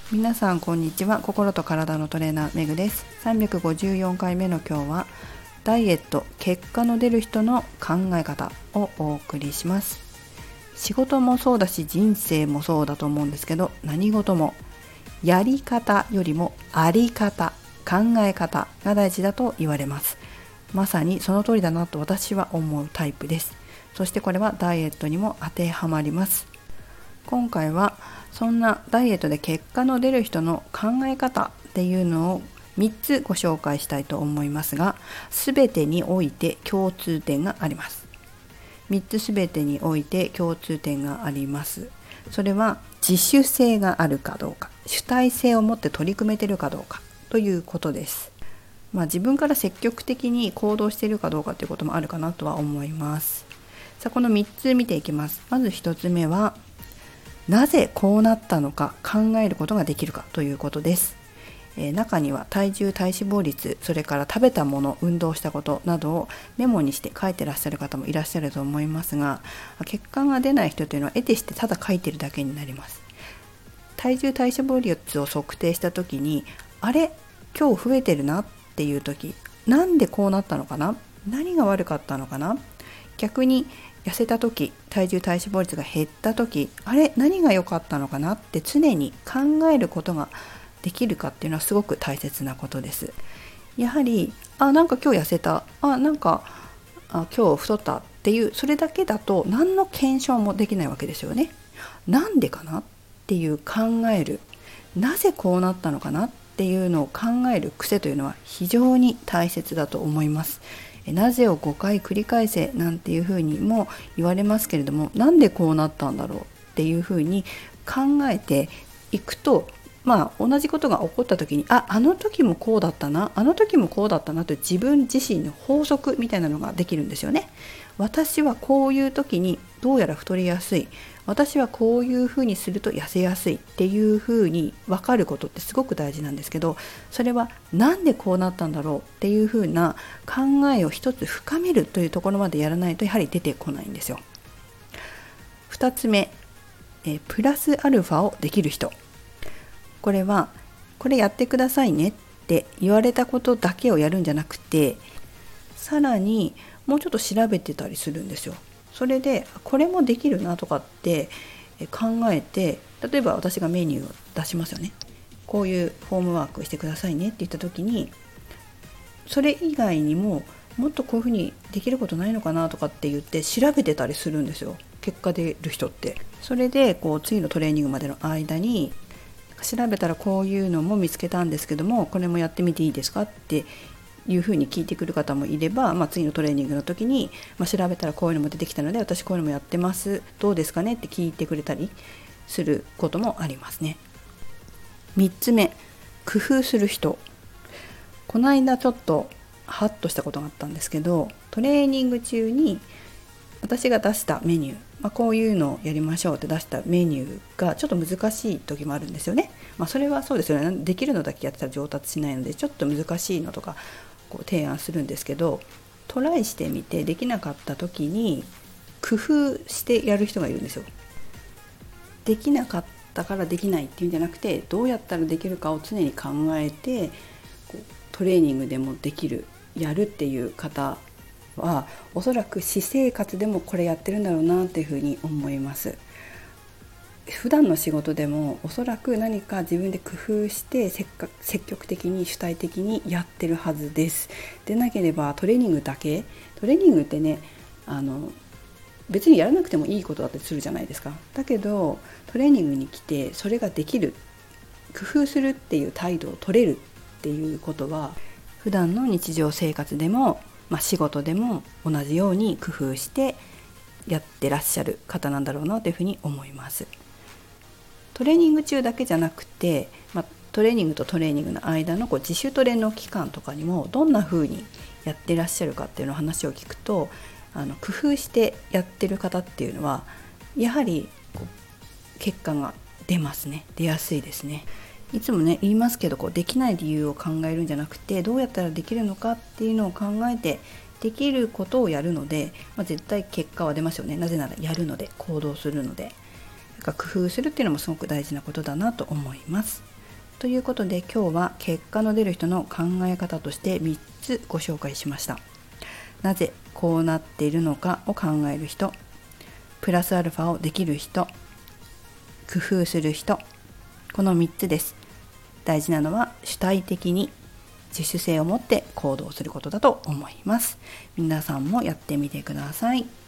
皆さんこんにちは。心と体のトレーナーめぐです。354回目の今日はダイエット結果の出る人の考え方をお送りします。仕事もそうだし人生もそうだと思うんですけど、何事もやり方よりもあり方、考え方が大事だと言われます。まさにその通りだなと私は思うタイプです。そしてこれはダイエットにも当てはまります。今回はそんなダイエットで結果の出る人の考え方っていうのを3つご紹介したいと思いますが、全てにおいて共通点があります。3つ全てにおいて共通点があります。それは自主性があるかどうか、主体性を持って取り組めているかどうかということです。自分から積極的に行動しているかどうかということもあるかなとは思います。さあ、この3つ見ていきます。まず1つ目は、なぜこうなったのか考えることができるかということです。中には体重体脂肪率、それから食べたもの、運動したことなどをメモにして書いてらっしゃる方もいらっしゃると思いますが、結果が出ない人というのは得てしてただ書いてるだけになります。体重体脂肪率を測定した時に、あれ今日増えてるなっていう時、なんでこうなったのかな、何が悪かったのかな、逆に痩せた時、体重体脂肪率が減った時、あれ何が良かったのかなって常に考えることができるかっていうのはすごく大切なことです。やはりなんか今日痩せた、なんか今日太ったっていう、それだけだと何の検証もできないわけですよね。なんでかなっていう考える、なぜこうなったのかなっていうのを考える癖というのは非常に大切だと思います。なぜを5回繰り返せなんていうふうにも言われますけれども、なんでこうなったんだろうっていうふうに考えていくと、同じことが起こった時に、あの時もこうだったな、あの時もこうだったなという自分自身の法則みたいなのができるんですよね。私はこういう時にどうやら太りやすい、私はこういうふうにすると痩せやすいっていうふうに分かることってすごく大事なんですけど、それはなんでこうなったんだろうっていうふうな考えを一つ深めるというところまでやらないとやはり出てこないんですよ。2つ目、プラスアルファをできる人。これはこれやってくださいねって言われたことだけをやるんじゃなくて、さらにもうちょっと調べてたりするんですよ。それでこれもできるなとかって考えて、例えば私がメニューを出しますよね。こういうホームワークしてくださいねって言った時に、それ以外にももっとこういうふうにできることないのかなとかって言って調べてたりするんですよ、結果出る人って。それで次のトレーニングまでの間に調べたらこういうのも見つけたんですけども、これもやってみていいですかっていうふうに聞いてくる方もいれば、次のトレーニングの時に、調べたらこういうのも出てきたので私こういうのもやってます、どうですかねって聞いてくれたりすることもありますね。3つ目、工夫する人。この間ちょっとハッとしたことがあったんですけど、トレーニング中に私が出したメニュー、こういうのをやりましょうって出したメニューがちょっと難しい時もあるんですよね。それはそうですよね。できるのだけやってたら上達しないので、ちょっと難しいのとか提案するんですけど、トライしてみてできなかった時に工夫してやる人がいるんですよ。できなかったからできないっていうんじゃなくて、どうやったらできるかを常に考えてトレーニングでもできる、やるっていう方はおそらく私生活でもこれやってるんだろうなっていうふうに思います。普段の仕事でもおそらく何か自分で工夫して積極的に主体的にやってるはずです。でなければトレーニングだけ、トレーニングってね、別にやらなくてもいいことだったりするじゃないですか。だけどトレーニングに来てそれができる、工夫するっていう態度を取れるっていうことは、普段の日常生活でも、仕事でも同じように工夫してやってらっしゃる方なんだろうなというふうに思います。トレーニング中だけじゃなくて、トレーニングとトレーニングの間の自主トレの期間とかにもどんな風にやってらっしゃるかっていうのを話を聞くと、工夫してやってる方っていうのはやはり結果が出ますね。出やすいですね。いつもね言いますけど、できない理由を考えるんじゃなくて、どうやったらできるのかっていうのを考えてできることをやるので、絶対結果は出ますよね。なぜならやるので、行動するので。工夫するっていうのもすごく大事なことだなと思います。 ということで今日は結果の出る人の考え方として3つご紹介しました。なぜこうなっているのかを考える人、プラスアルファをできる人、工夫する人、この3つです。大事なのは主体的に自主性を持って行動することだと思います。皆さんもやってみてください。